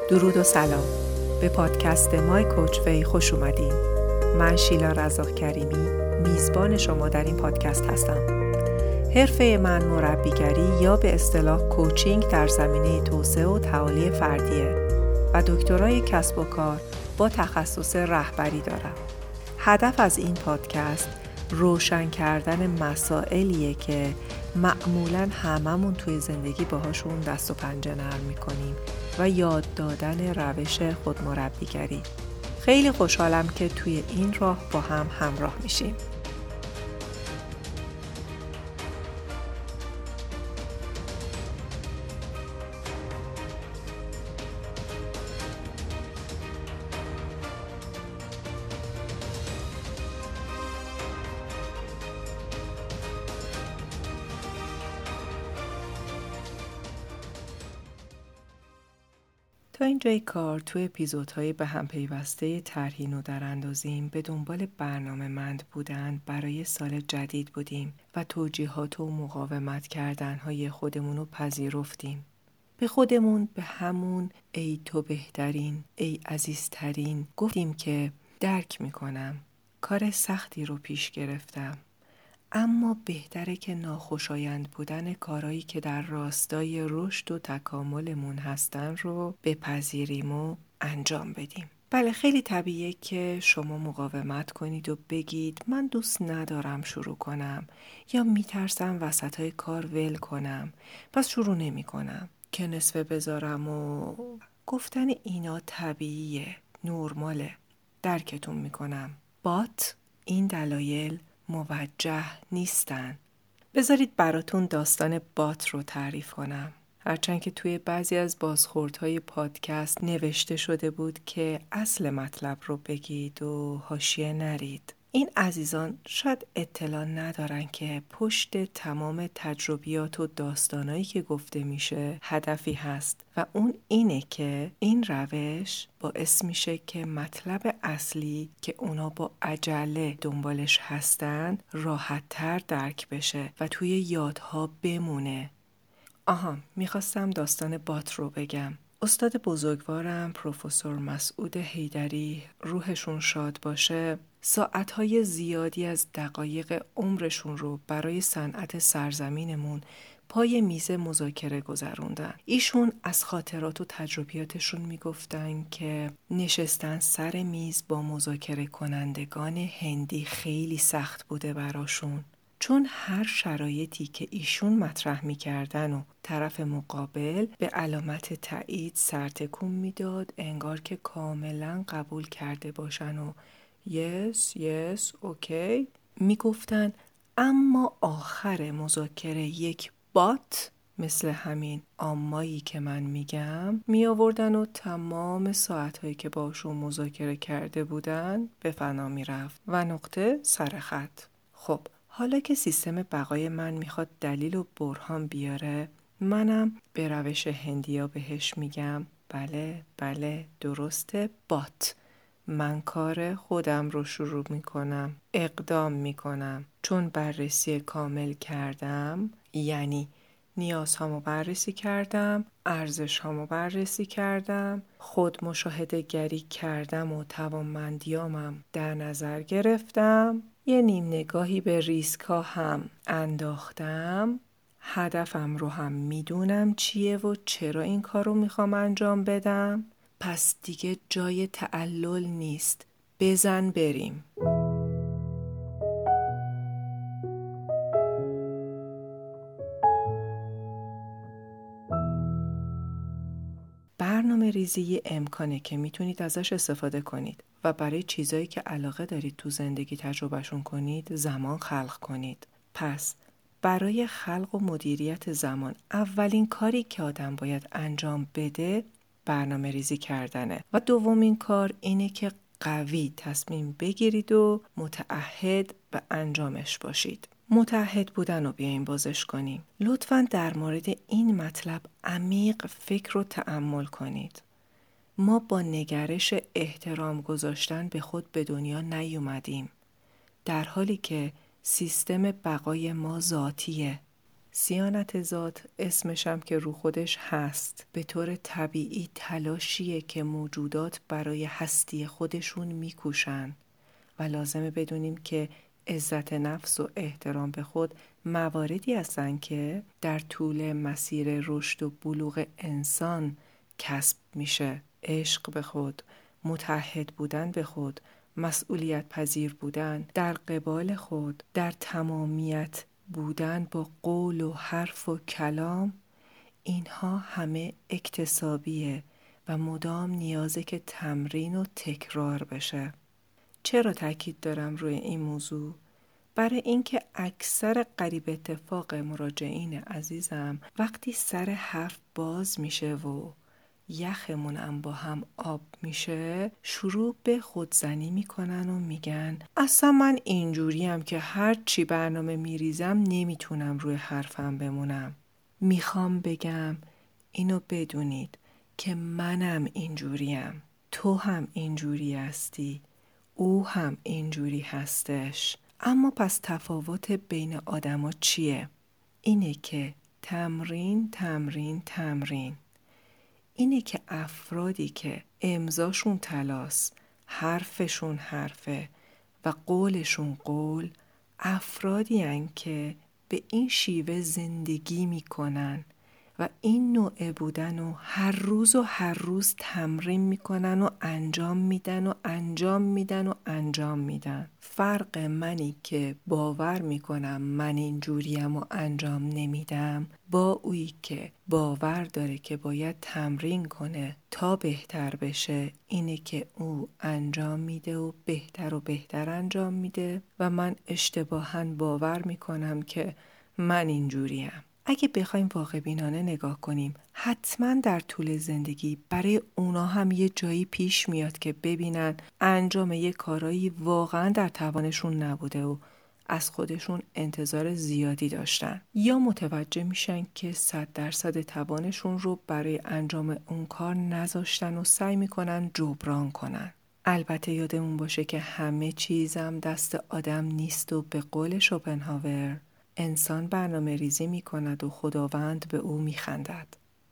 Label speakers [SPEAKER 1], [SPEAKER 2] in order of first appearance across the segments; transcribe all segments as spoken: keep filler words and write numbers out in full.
[SPEAKER 1] درود و سلام. به پادکست مای کوچ وی خوش اومدین. من شیلا رزاق کریمی میزبان شما در این پادکست هستم. حرفه من مربیگری یا به اصطلاح کوچینگ در زمینه توسعه و تعالی فردیه و دکترای کسب و کار با تخصص رهبری دارم. هدف از این پادکست روشن کردن مسائلیه که معمولاً هممون توی زندگی باهاشون دست و پنجه نرم میکنیم و یاد دادن روش خودمربیگری. خیلی خوشحالم که توی این راه با هم همراه میشیم. تا اینجای کار توی اپیزودهای به هم پیوسته طرحی نو در اندازیم به دنبال برنامه‌مند بودن برای سال جدید بودیم و توجیهات و مقاومت کردنهای خودمون رو پذیرفتیم. به خودمون به همون ای تو بهترین، ای عزیزترین گفتیم که درک میکنم. کار سختی رو پیش گرفتم. اما بهتره که ناخوشایند بودن کارهایی که در راستای رشد و تکاملمون هستن رو بپذیریم و انجام بدیم. بله، خیلی طبیعیه که شما مقاومت کنید و بگید من دوست ندارم شروع کنم یا میترسم وسطای کار ول کنم پس شروع نمی کنم که نصفه بذارم و گفتن اینا طبیعیه، نرماله، درکتون میکنم. بات این دلایل موجه نیستن. بذارید براتون داستان بات رو تعریف کنم. هرچند که توی بعضی از بازخوردهای پادکست نوشته شده بود که اصل مطلب رو بگید و حاشیه نرید. این عزیزان شاید اطلاع ندارن که پشت تمام تجربیات و داستانایی که گفته میشه هدفی هست و اون اینه که این روش باعث میشه که مطلب اصلی که اونا با عجله دنبالش هستن راحت‌تر درک بشه و توی یادها بمونه. آها، میخواستم داستان بات رو بگم. استاد بزرگوارم پروفسور مسعود حیدری روحشون شاد باشه ساعتهای زیادی از دقایق عمرشون رو برای صنعت سرزمینمون پای میز مذاکره گذروندن. ایشون از خاطرات و تجربیاتشون میگفتن که نشستن سر میز با مذاکره کنندگان هندی خیلی سخت بوده براشون، چون هر شرایطی که ایشون مطرح میکردن و طرف مقابل به علامت تایید سرتکون میداد، انگار که کاملا قبول کرده باشن و یس یس اوکی میگفتن. اما آخر مذاکره یک بات مثل همین آمایی که من میگم می آوردن و تمام ساعتهایی که باشون مذاکره کرده بودن به فنا می رفت و نقطه سر خط. خب حالا که سیستم بقای من میخواد دلیل و برهان بیاره، منم به روش هندیا بهش میگم بله بله درسته بات. من کار خودم رو شروع میکنم، اقدام میکنم، چون بررسی کامل کردم، یعنی نیازهامو بررسی کردم، ارزشهامو بررسی کردم، خود مشاهده گری کردم و توانمندیامم در نظر گرفتم، یه نیم نگاهی به ریسک ها هم انداختم، هدفم رو هم میدونم چیه و چرا این کار رو میخوام انجام بدم. پس دیگه جای تعلل نیست، بزن بریم. برنامه ریزی امکانه که میتونید ازش استفاده کنید و برای چیزایی که علاقه دارید تو زندگی تجربهشون کنید زمان خلق کنید. پس برای خلق و مدیریت زمان اولین کاری که آدم باید انجام بده برنامه ریزی کردنه و دومین کار اینه که قوی تصمیم بگیرید و متعهد به انجامش باشید. متعهد بودن رو بیاییم بازش کنیم. لطفاً در مورد این مطلب عمیق فکر و تأمل کنید. ما با نگرش احترام گذاشتن به خود به دنیا نیومدیم، در حالی که سیستم بقای ما ذاتیه. صیانت ذات اسمشم که رو خودش هست، به طور طبیعی تلاشیه که موجودات برای هستی خودشون میکوشن و لازمه بدونیم که عزت نفس و احترام به خود مواردی هستن که در طول مسیر رشد و بلوغ انسان کسب میشه. عشق به خود، متعهد بودن به خود، مسئولیت پذیر بودن در قبال خود، در تمامیت بودن با قول و حرف و کلام، اینها همه اکتسابیه و مدام نیازه که تمرین و تکرار بشه. چرا تاکید دارم روی این موضوع؟ برای اینکه اکثر قریب اتفاق مراجعین عزیزم وقتی سر حرف باز میشه و یخمونم با هم آب میشه، شروع به خودزنی میکنن و میگن اصلا من اینجوریم که هر چی برنامه میریزم نمیتونم روی حرفم بمونم. میخوام بگم اینو بدونید که منم اینجوریم، تو هم اینجوری هستی، او هم اینجوری هستش. اما پس تفاوت بین آدما چیه؟ اینه که تمرین تمرین تمرین. اینه که افرادی که امضاشون طلاست، حرفشون حرفه و قولشون قول، افرادی هن که به این شیوه زندگی میکنن و این نوع بودن و هر روز و هر روز تمرین میکنن و انجام میدن و انجام میدن و انجام میدن. فرق منی که باور میکنم من اینجوریم و انجام نمیدم با اویی که باور داره که باید تمرین کنه تا بهتر بشه، اینه که او انجام میده و بهتر و بهتر انجام میده و من اشتباهاً باور میکنم که من اینجوریم. اگه بخوایم واقع بینانه نگاه کنیم، حتما در طول زندگی برای اونا هم یه جایی پیش میاد که ببینن انجام یه کارایی واقعا در توانشون نبوده و از خودشون انتظار زیادی داشتن، یا متوجه میشن که صد درصد توانشون رو برای انجام اون کار نذاشتن و سعی میکنن جبران کنن. البته یادمون باشه که همه چیزم دست آدم نیست و به قول شوپنهاور انسان برنامه ریزی می کند و خداوند به او می خندد.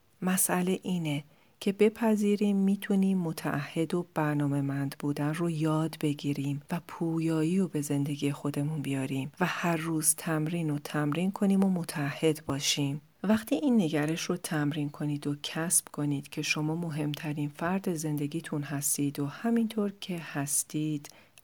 [SPEAKER 1] مسئله اینه که بپذیریم میتونیم متعهد و برنامه مند بودن رو یاد بگیریم و پویایی رو به زندگی خودمون بیاریم و هر روز تمرین و تمرین کنیم و متعهد باشیم. وقتی این نگرش رو تمرین کنید و کسب کنید که شما مهمترین فرد زندگیتون هستید و همینطور که هستید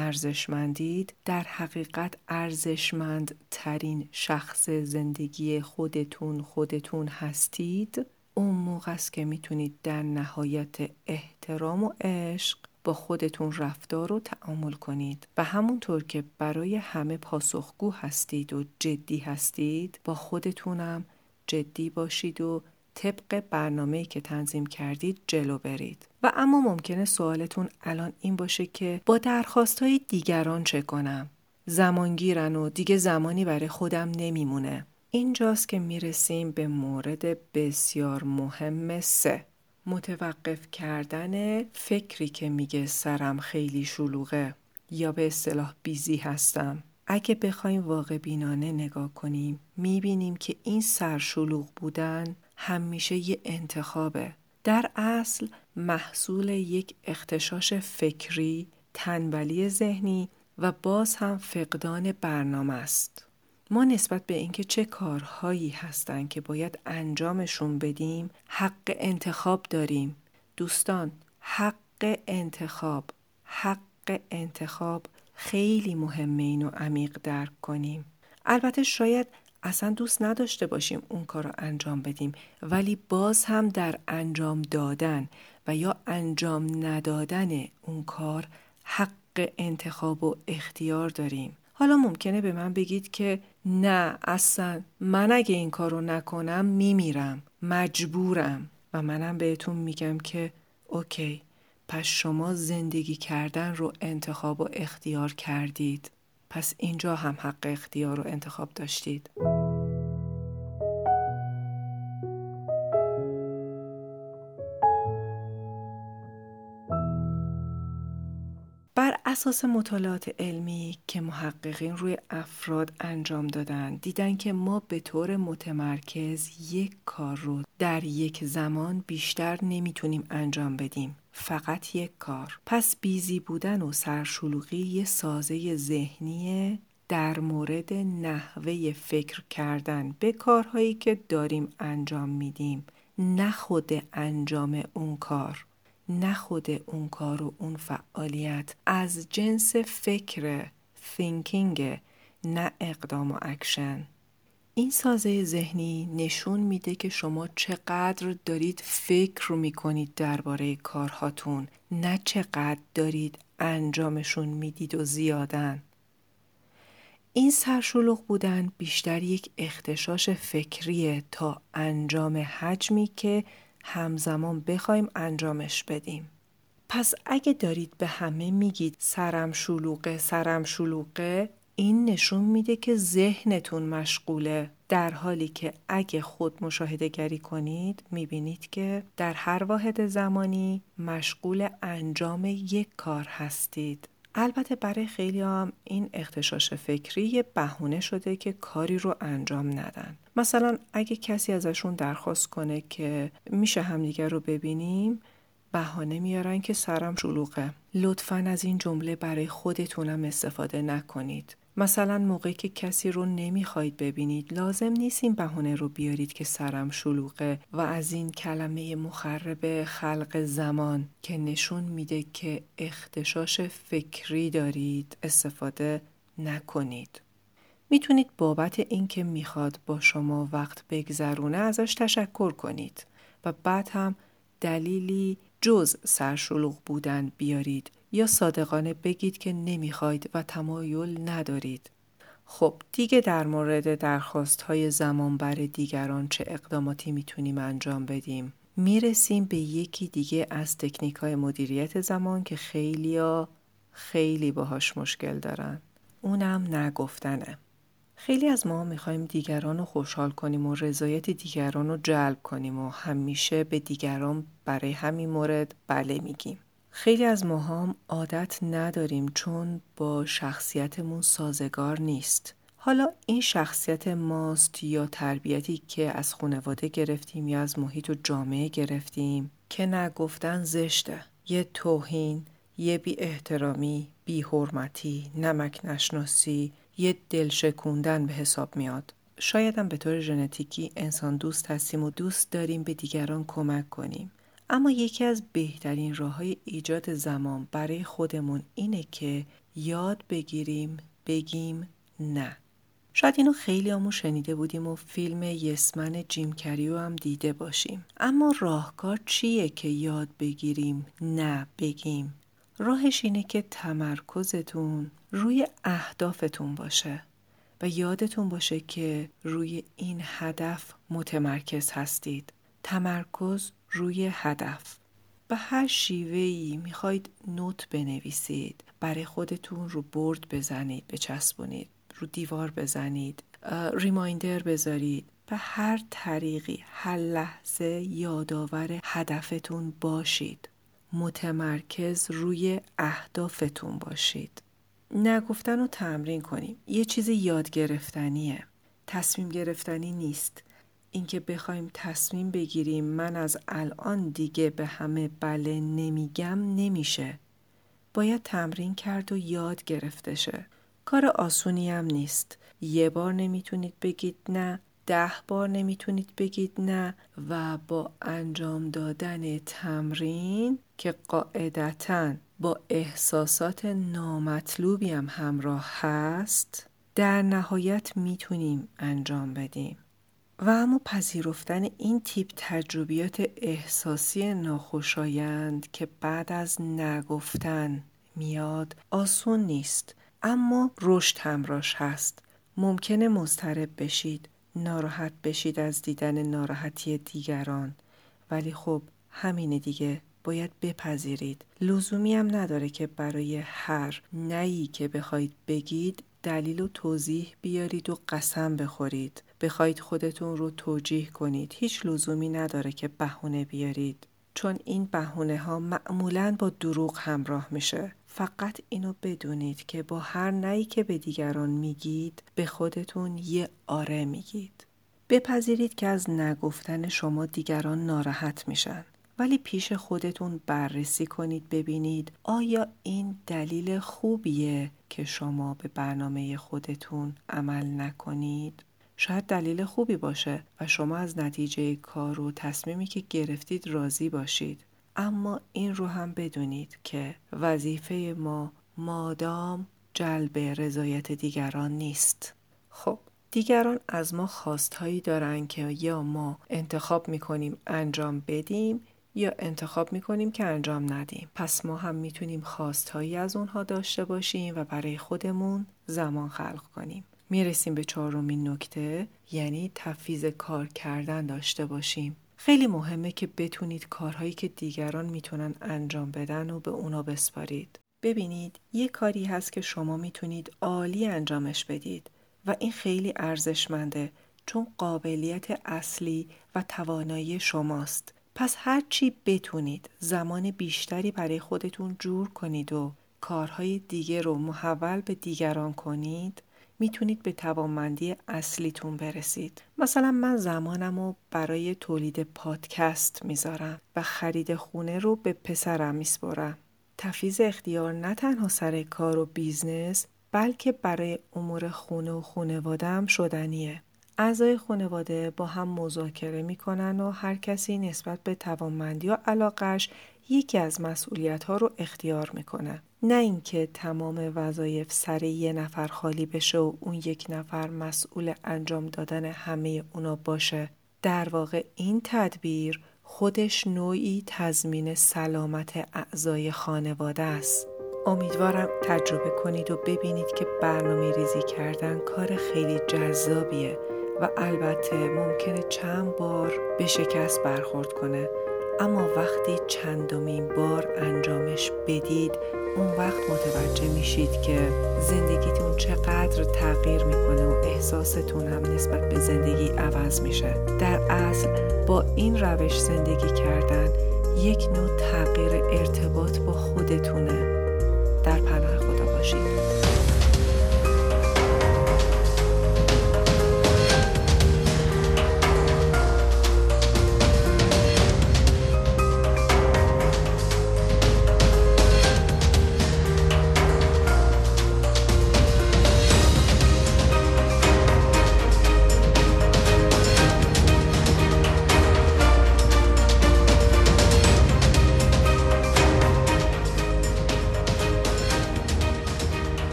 [SPEAKER 1] ارزشمندید، در حقیقت ارزشمند ترین شخص زندگی خودتون خودتون هستید، اون موقع است که میتونید در نهایت احترام و عشق با خودتون رفتار و تعامل کنید و همونطور که برای همه پاسخگو هستید و جدی هستید، با خودتونم جدی باشید و طبق برنامه‌ای که تنظیم کردید جلو برید. و اما ممکنه سوالتون الان این باشه که با درخواست‌های دیگران چه کنم؟ زمانگیرن و دیگه زمانی برای خودم نمیمونه. اینجاست که میرسیم به مورد بسیار مهم سه. متوقف کردن فکری که میگه سرم خیلی شلوغه یا به اصطلاح بیزی هستم. اگه بخوایم واقع بینانه نگاه کنیم میبینیم که این سرشلوغ بودن همیشه یه انتخابه. در اصل محصول یک اغتشاش فکری، تنبلی ذهنی و باز هم فقدان برنامه است. ما نسبت به اینکه چه کارهایی هستن که باید انجامشون بدیم حق انتخاب داریم. دوستان، حق انتخاب، حق انتخاب خیلی مهمه اینو عمیق درک کنیم. البته شاید اصلا دوست نداشته باشیم اون کار رو انجام بدیم، ولی باز هم در انجام دادن و یا انجام ندادن اون کار حق انتخاب و اختیار داریم. حالا ممکنه به من بگید که نه اصلا من اگه این کار رو نکنم میمیرم، مجبورم. و منم بهتون میگم که اوکی، پس شما زندگی کردن رو انتخاب و اختیار کردید، پس اینجا هم حق اختیار و انتخاب داشتید. بر اساس مطالعات علمی که محققین روی افراد انجام دادن دیدن که ما به طور متمرکز یک کار رو در یک زمان بیشتر نمیتونیم انجام بدیم. فقط یک کار. پس بیزی بودن و سرشلوغی یه سازه ذهنیه در مورد نحوه فکر کردن به کارهایی که داریم انجام میدیم، نه خود انجام اون کار. نه خود اون کار و اون فعالیت، از جنس فکر thinking، نه اقدام و اکشن. این سازه ذهنی نشون میده که شما چقدر دارید فکر میکنید درباره کارهاتون، نه چقدر دارید انجامشون میدید و زیادن. این سرشلوغ بودن بیشتر یک اغتشاش فکریه تا انجام حجمی که همزمان بخوایم انجامش بدیم. پس اگه دارید به همه میگید سرم شلوغه سرم شلوغه، این نشون میده که ذهنتون مشغوله، در حالی که اگه خود مشاهده گری کنید میبینید که در هر واحد زمانی مشغول انجام یک کار هستید. البته برای خیلی هم این اغتشاش فکری یه بهونه شده که کاری رو انجام ندن. مثلا اگه کسی ازشون درخواست کنه که میشه همدیگر رو ببینیم، بهانه میارن که سرم شلوغه. لطفاً از این جمله برای خودتونم استفاده نکنید. مثلا موقعی که کسی رو نمیخواید ببینید، لازم نیست این بهانه رو بیارید که سرم شلوغه و از این کلمه مخرب خلق زمان که نشون میده که اغتشاش فکری دارید استفاده نکنید. میتونید بابت این که میخواد با شما وقت بگذرونه ازش تشکر کنید و بعد هم دلیلی جز سرشلوغ بودن بیارید یا صادقانه بگید که نمیخواید و تمایل ندارید. خب دیگه در مورد درخواست های زمان برای دیگران چه اقداماتی میتونیم انجام بدیم؟ میرسیم به یکی دیگه از تکنیک های مدیریت زمان که خیلیا خیلی باهاش مشکل دارن. اونم نگفتنه. خیلی از ما میخوایم دیگران رو خوشحال کنیم و رضایت دیگران رو جلب کنیم و همیشه به دیگران برای همین مورد بله میگیم. خیلی از ما هم عادت نداریم چون با شخصیتمون سازگار نیست. حالا این شخصیت ماست یا تربیتی که از خانواده گرفتیم یا از محیط و جامعه گرفتیم که نگفتن زشته، یه توهین، یه بی احترامی، بی حرمتی، نمک نشناسی، یه دل شکوندن به حساب میاد. شاید هم به طور ژنتیکی انسان دوست هستیم و دوست داریم به دیگران کمک کنیم. اما یکی از بهترین راه‌های ایجاد زمان برای خودمون اینه که یاد بگیریم بگیم نه. شاید اینو خیلی همون شنیده بودیم و فیلم یسمن جیم کریو هم دیده باشیم. اما راهکار چیه که یاد بگیریم نه بگیم؟ راهش اینه که تمرکزتون روی اهدافتون باشه و یادتون باشه که روی این هدف متمرکز هستید. تمرکز روی هدف. به هر شیوهی میخواید نوت بنویسید، برای خودتون رو بورد بزنید، بچسبونید، رو دیوار بزنید، ریمایندر بذارید، به هر طریقی هر لحظه یادآور هدفتون باشید. متمرکز روی اهدافتون باشید. نگفتن رو تمرین کنیم. یه چیز یاد گرفتنیه. تصمیم گرفتنی نیست. اینکه بخوایم تصمیم بگیریم من از الان دیگه به همه بله نمیگم نمیشه. باید تمرین کرد و یاد گرفته شه. کار آسونی هم نیست. یه بار نمیتونید بگید نه، ده بار نمیتونید بگید نه و با انجام دادن تمرین که قاعدتاً با احساسات نامطلوبی هم همراه هست، در نهایت میتونیم انجام بدیم. و اما پذیرفتن این تیپ تجربیات احساسی ناخوشایند که بعد از نگفتن میاد آسون نیست، اما رشد همراهش هست. ممکنه مضطرب بشید، ناراحت بشید از دیدن ناراحتی دیگران، ولی خب همینه دیگه، باید بپذیرید. لزومی هم نداره که برای هر نهی که بخواید بگید دلیل و توضیح بیارید و قسم بخورید. بخواید خودتون رو توجیه کنید. هیچ لزومی نداره که بهونه بیارید. چون این بهونه ها معمولاً با دروغ همراه میشه. فقط اینو بدونید که با هر نهی که به دیگران میگید به خودتون یه آره میگید. بپذیرید که از نگفتن شما دیگران ناراحت میشن، ولی پیش خودتون بررسی کنید ببینید آیا این دلیل خوبیه که شما به برنامه خودتون عمل نکنید؟ شاید دلیل خوبی باشه و شما از نتیجه کار و تصمیمی که گرفتید راضی باشید. اما این رو هم بدونید که وظیفه ما مادام جلب رضایت دیگران نیست. خب دیگران از ما خواستهایی دارن که یا ما انتخاب میکنیم انجام بدیم یا انتخاب میکنیم که انجام ندیم. پس ما هم میتونیم خواستهایی از اونها داشته باشیم و برای خودمون زمان خلق کنیم. میرسیم به چهارمین نکته، یعنی تفویض کار کردن داشته باشیم. خیلی مهمه که بتونید کارهایی که دیگران میتونن انجام بدن و به اونا بسپارید. ببینید یه کاری هست که شما میتونید عالی انجامش بدید و این خیلی ارزشمنده چون قابلیت اصلی و توانایی شماست. پس هر چی بتونید زمان بیشتری برای خودتون جور کنید و کارهای دیگه رو محول به دیگران کنید، میتونید به توانمندی اصلیتون برسید. مثلا من زمانم رو برای تولید پادکست میذارم و خرید خونه رو به پسرم میسپارم. تفویض اختیار نه تنها سر کار و بیزنس بلکه برای امور خونه و خانواده هم شدنیه. اعضای خانواده با هم مذاکره میکنن و هر کسی نسبت به توانمندی و علاقش یکی از مسئولیت‌ها رو اختیار میکنه. نه اینکه تمام وظایف سر یه نفر خالی بشه و اون یک نفر مسئول انجام دادن همه اونا باشه. در واقع این تدبیر خودش نوعی تضمین سلامت اعضای خانواده است. امیدوارم تجربه کنید و ببینید که برنامه ریزی کردن کار خیلی جذابیه و البته ممکنه چند بار به شکست برخورد کنه، اما وقتی چندمین بار انجامش بدید اون وقت متوجه میشید که زندگیتون چقدر تغییر میکنه و احساستون هم نسبت به زندگی عوض میشه. در اصل با این روش زندگی کردن یک نوع تغییر ارتباط با خودتونه. در پناه خدا باشید.